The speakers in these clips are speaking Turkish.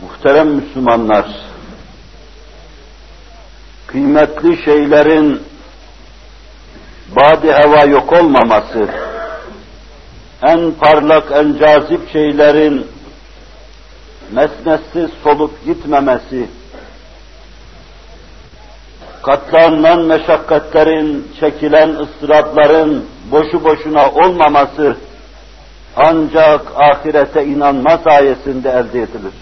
Muhterem Müslümanlar, kıymetli şeylerin bâd-i heva yok olmaması, en parlak, en cazip şeylerin mesnetsiz solup gitmemesi, katlanılan meşakkatlerin, çekilen ıstırapların boşu boşuna olmaması ancak ahirete inanma sayesinde elde edilir.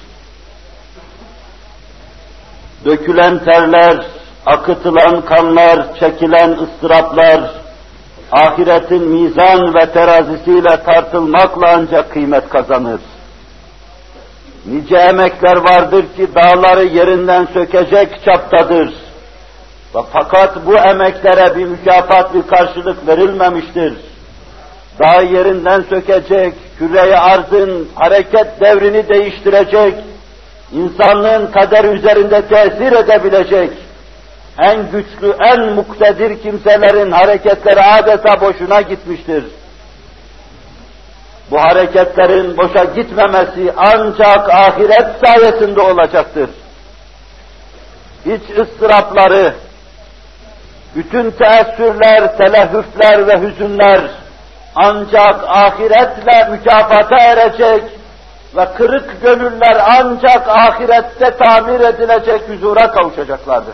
Dökülen terler, akıtılan kanlar, çekilen ıstıraplar, ahiretin mizan ve terazisiyle tartılmakla ancak kıymet kazanır. Nice emekler vardır ki dağları yerinden sökecek çaptadır. Fakat bu emeklere bir mükafat, bir karşılık verilmemiştir. Dağı yerinden sökecek, küre-i arzın hareket devrini değiştirecek, insanlığın kaderi üzerinde tesir edebilecek, en güçlü, en muktedir kimselerin hareketleri adeta boşuna gitmiştir. Bu hareketlerin boşa gitmemesi ancak ahiret sayesinde olacaktır. İç ıstırapları, bütün teessürler, telehhüfler ve hüzünler ancak ahiretle mükafata erecek ve kırık gönüller ancak ahirette tamir edilecek huzura kavuşacaklardır.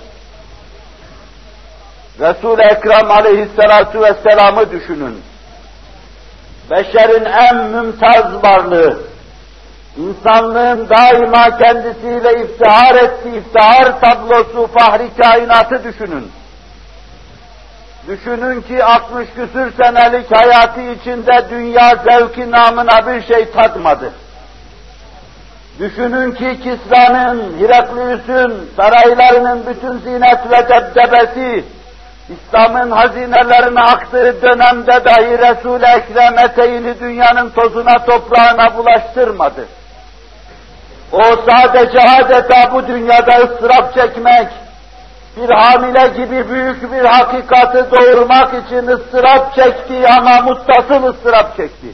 Resul-i Ekrem aleyhissalatu vesselam'ı düşünün. Beşerin en mümtaz varlığı, insanlığın daima kendisiyle iftihar ettiği iftihar tablosu fahri kainatı düşünün. Düşünün ki 60 küsür senelik hayatı içinde dünya zevki namına bir şey tatmadı. Düşünün ki Kisra'nın, Heraklius'un saraylarının bütün zinet ve debdebesi, İslam'ın hazinelerine aktığı dönemde dahi Resul-i Ekrem eteğini dünyanın tozuna toprağına bulaştırmadı. O sadece adeta bu dünyada ıstırap çekmek, bir hamile gibi büyük bir hakikati doğurmak için ıstırap çekti ama muttasıl ıstırap çekti.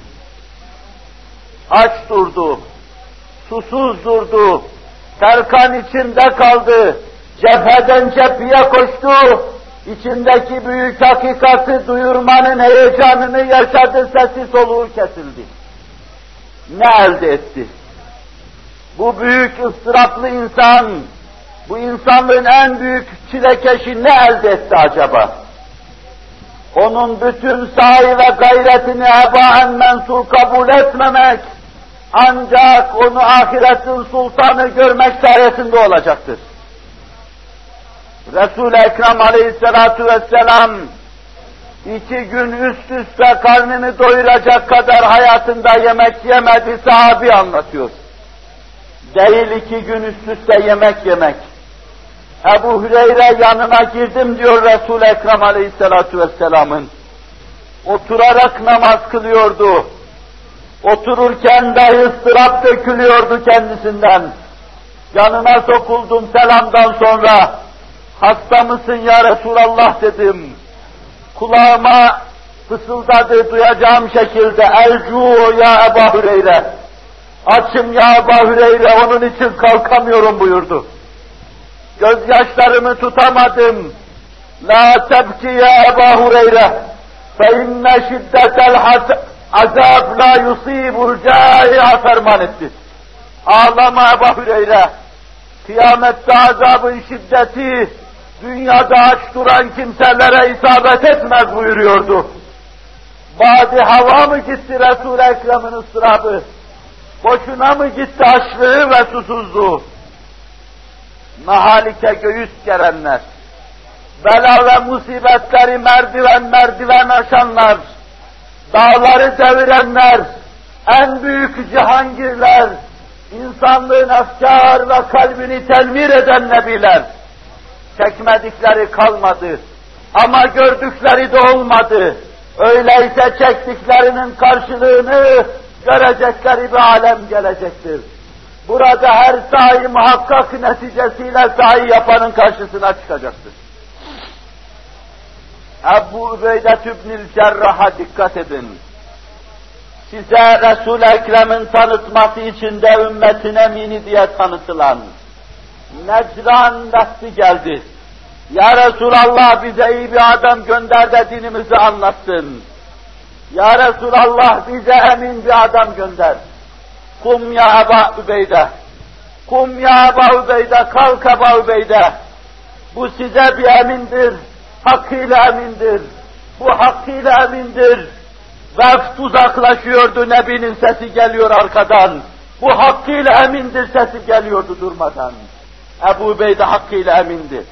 Aç durdu, susuz durdu, terkan içinde kaldı, cepheden cepheye koştu, içindeki büyük hakikati duyurmanın heyecanını yaşadı, sesi soluğu kesildi. Ne elde etti? Bu büyük ıstıraplı insan, bu insanlığın en büyük çilekeşi ne elde etti acaba? Onun bütün sahi ve gayretini hebaen mensul kabul etmemek, ancak onu ahiretin sultanı görmek sayesinde olacaktır. Resul-i Ekrem aleyhissalatu vesselam 2 gün üst üste karnını doyuracak kadar hayatında yemek yemedi, sahabi anlatıyor. Değil 2 gün üst üste yemek yemek. Ebu Hüreyre yanına girdim diyor Resul-i Ekrem aleyhissalatu vesselamın. Oturarak namaz kılıyordu. Otururken dahi ıstırap dökülüyordu kendisinden. Yanına sokuldum selamdan sonra. Hasta mısın ya Resulallah dedim. Kulağıma fısıldadı duyacağım şekilde. Elcu ya Ebu Hüreyre. Açım ya Ebu Hüreyre, onun için kalkamıyorum buyurdu. Gözyaşlarımı tutamadım. La tebki ya Ebu Hüreyre. Fe inne şiddetel azab la yusibul cai'a ferman etti. Ağlama Ebu Hüreyre. Kıyamette azabın şiddeti dünyada aç duran kimselere isabet etmez buyuruyordu. Bâd-i hava mı gitti Resul-i Ekrem'in ıstırabı? Boşuna mı gitti açlığı ve susuzluğu? Mahalike göğüs gerenler, bela ve musibetleri merdiven merdiven aşanlar, dağları devirenler, en büyük cihangirler, insanlığın efkar ve kalbini telmir eden nebiler, çekmedikleri kalmadı ama gördükleri de olmadı. Öyleyse çektiklerinin karşılığını görecekleri bir alem gelecektir. Burada her sahi muhakkak neticesiyle sahi yapanın karşısına çıkacaktır. Ebu Übeyde İbnül Cerrah'a dikkat edin. size Resul-i Ekrem'in tanıtması için de ümmetin emini diye tanıtılan Necran vakti geldi. Ya Resulallah bize iyi bir adam gönder de dinimizi anlatsın. Ya Resulallah bize emin bir adam gönder. Kum ya Eba Übeyde. Kum ya Eba Übeyde, kalk Eba Übeyde. Bu size bir emindir, hakkıyla emindir. Bu hakkıyla emindir. Vefd uzaklaşıyordu, Nebi'nin sesi geliyor arkadan. Bu hakkıyla emindir sesi geliyordu durmadan. Ebu Übeyde hakkıyla emindi.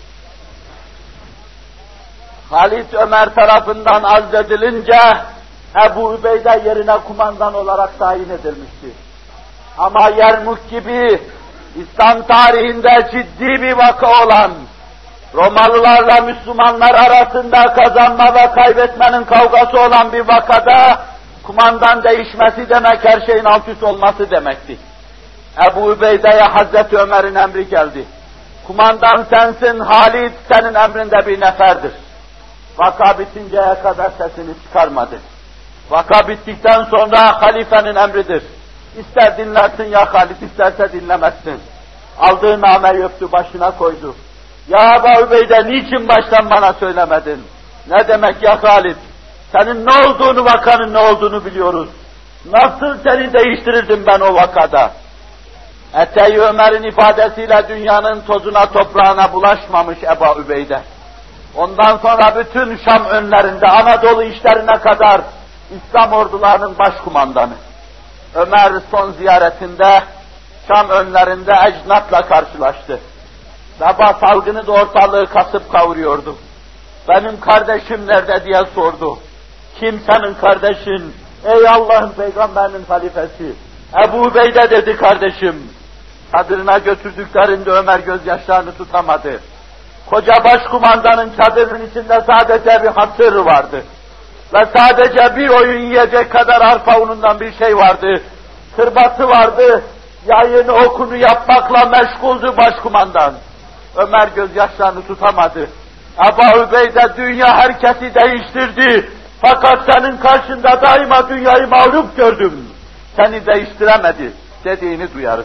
Halid Ömer tarafından azledilince Ebu Übeyde yerine kumandan olarak tayin edilmişti. Ama Yermuk gibi İslam tarihinde ciddi bir vaka olan, Romalılarla Müslümanlar arasında kazanma ve kaybetmenin kavgası olan bir vakada kumandan değişmesi demek her şeyin alt üst olması demekti. Ebu Übeyde'ye Hazreti Ömer'in emri geldi. Kumandan sensin, Halid senin emrinde bir neferdir. Vaka bitinceye kadar sesini çıkarmadı. Vaka bittikten sonra halifenin emridir. İster dinlersin ya Halid, isterse dinlemezsin. Aldığı nameyi öptü, başına koydu. Ya Ebu Übeyde niçin baştan bana söylemedin? Ne demek ya Halid? Senin ne olduğunu, vakanın ne olduğunu biliyoruz. Nasıl seni değiştirirdim ben o vakada? Eteği Ömer'in ifadesiyle dünyanın tozuna toprağına bulaşmamış Ebu Übeyde. Ondan sonra bütün Şam önlerinde, Anadolu işlerine kadar İslam ordularının başkumandanı. Ömer son ziyaretinde Şam önlerinde ecnatla karşılaştı. Sabah salgını da ortalığı kasıp kavuruyordu. Benim kardeşim nerede diye sordu. Kim senin kardeşin? Ey Allah'ın peygamberinin halifesi. Ebu Übeyde dedi kardeşim. Çadırına götürdüklerinde Ömer gözyaşlarını tutamadı. Koca başkumandanın çadırının içinde sadece bir hasır vardı. Ve sadece bir oyun yiyecek kadar arpa unundan bir şey vardı. Kırbası vardı. Yayını okunu yapmakla meşguldü başkumandan. Ömer gözyaşlarını tutamadı. Ebu Übeyde dünya herkesi değiştirdi. Fakat senin karşında daima dünyayı mağlup gördüm. Seni değiştiremedi dediğini duyarız.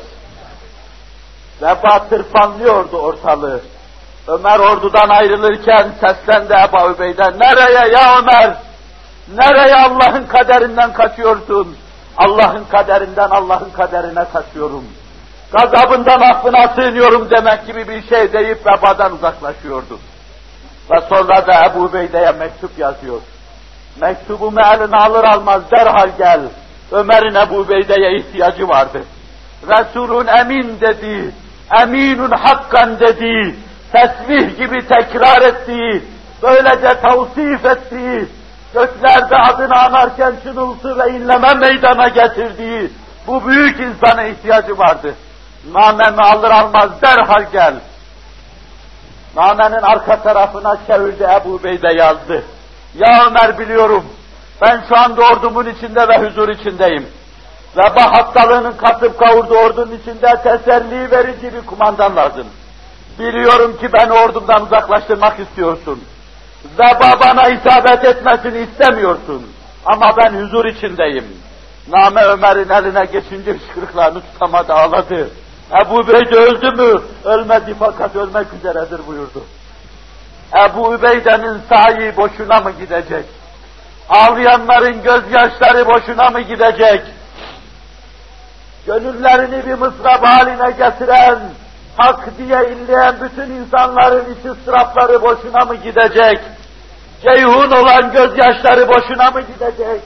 Veba tırpanlıyordu ortalığı. Ömer ordudan ayrılırken seslendi Ebu Übeyde. Nereye ya Ömer? Nereye Allah'ın kaderinden kaçıyorsun? Allah'ın kaderinden Allah'ın kaderine kaçıyorum. Gazabından affına sığınıyorum demek gibi bir şey deyip vebadan uzaklaşıyordu. Ve sonra da Ebu Übeyde'ye mektup yazıyor. Mektubumu eline alır almaz derhal gel. Ömer'in Ebu Übeyde'ye ihtiyacı vardı. Resulün emin dedi, eminun hakkan dedi, tesbih gibi tekrar ettiği, böylece tavsif ettiği, göklerde adını anarken çınıltı ve inleme meydana getirdiği bu büyük insana ihtiyacı vardı. Namemi alır almaz derhal gel. Namenin arka tarafına çevirdi, Ebu Übeyde yazdı. Ya Ömer biliyorum, ben şu anda ordumun içinde ve huzur içindeyim. Veba hastalığının kasıp kavurduğu ordunun içinde teselli verici bir kumandan lazım. Biliyorum ki beni ordumdan uzaklaştırmak istiyorsun. Veba bana isabet etmesini istemiyorsun. Ama ben huzur içindeyim. Name Ömer'in eline geçince hıçkırıklarını tutamadı, ağladı. Ebu Übeyde öldü mü? Ölmedi fakat ölmek üzeredir buyurdu. Ebu Übeyde'nin sahi boşuna mı gidecek? Ağlayanların gözyaşları boşuna mı gidecek? Gönüllerini bir mısrap haline getiren, hak diye inleyen bütün insanların iç ıstırapları boşuna mı gidecek? Ceyhun olan gözyaşları boşuna mı gidecek?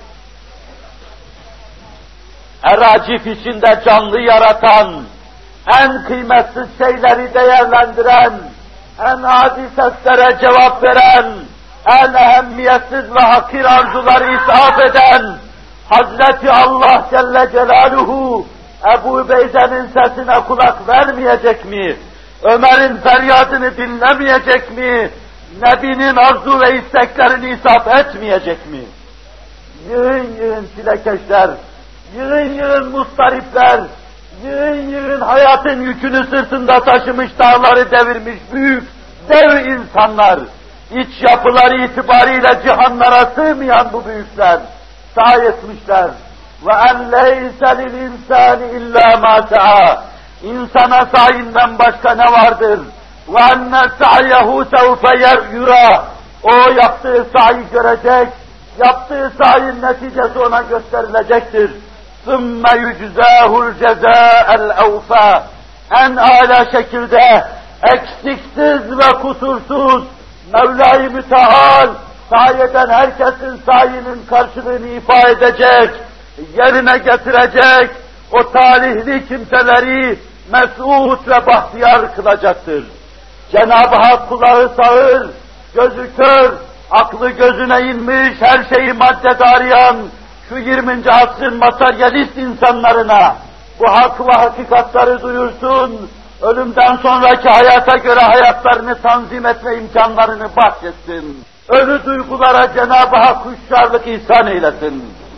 Eracif içinde canlı yaratan, en kıymetsiz şeyleri değerlendiren, en adi seslere cevap veren, en ehemmiyetsiz ve hakir arzuları ishaf eden, Hazreti Allah Celle Celaluhu, Ebu Übeyde'nin sesine kulak vermeyecek mi? Ömer'in feryadını dinlemeyecek mi? Nebi'nin arzu ve isteklerini ishaf etmeyecek mi? Yığın yığın çilekeşler, yığın yığın mustaripler, yığın yığın hayatın yükünü sırtında taşımış, dağları devirmiş büyük, dev insanlar, iç yapıları itibariyle cihanlara sığmayan bu büyükler, sahi etmişler, وَاَنْ لَيْسَ لِلْاِنْسَانِ اِلَّا مَا سَعَى. İnsana sayinden başka ne vardır? وَاَنَّ سَعْيَهُ سَوْفَ يُرَى. O yaptığı sahi görecek, yaptığı sahin neticesi ona gösterilecektir. ثُمَّ يُجْزَاهُ الْجَزَاءَ الْاَوْفَى. En âlâ şekilde, eksiksiz ve kusursuz, Mevla-i Müteal, sahi eden herkesin sahinin karşılığını ifade edecek, yerine getirecek, o talihli kimseleri mes'ud ve bahtiyar kılacaktır. Cenab-ı Hak kulağı sağır, gözü kör, aklı gözüne inmiş, her şeyi maddede arayan, şu 20. asrın materyalist insanlarına bu hak ve hakikatları duyursun, ölümden sonraki hayata göre hayatlarını tanzim etme imkanlarını bahşetsin. Ölü duygulara Cenab-ı Hak huşyarlık ihsan eylesin.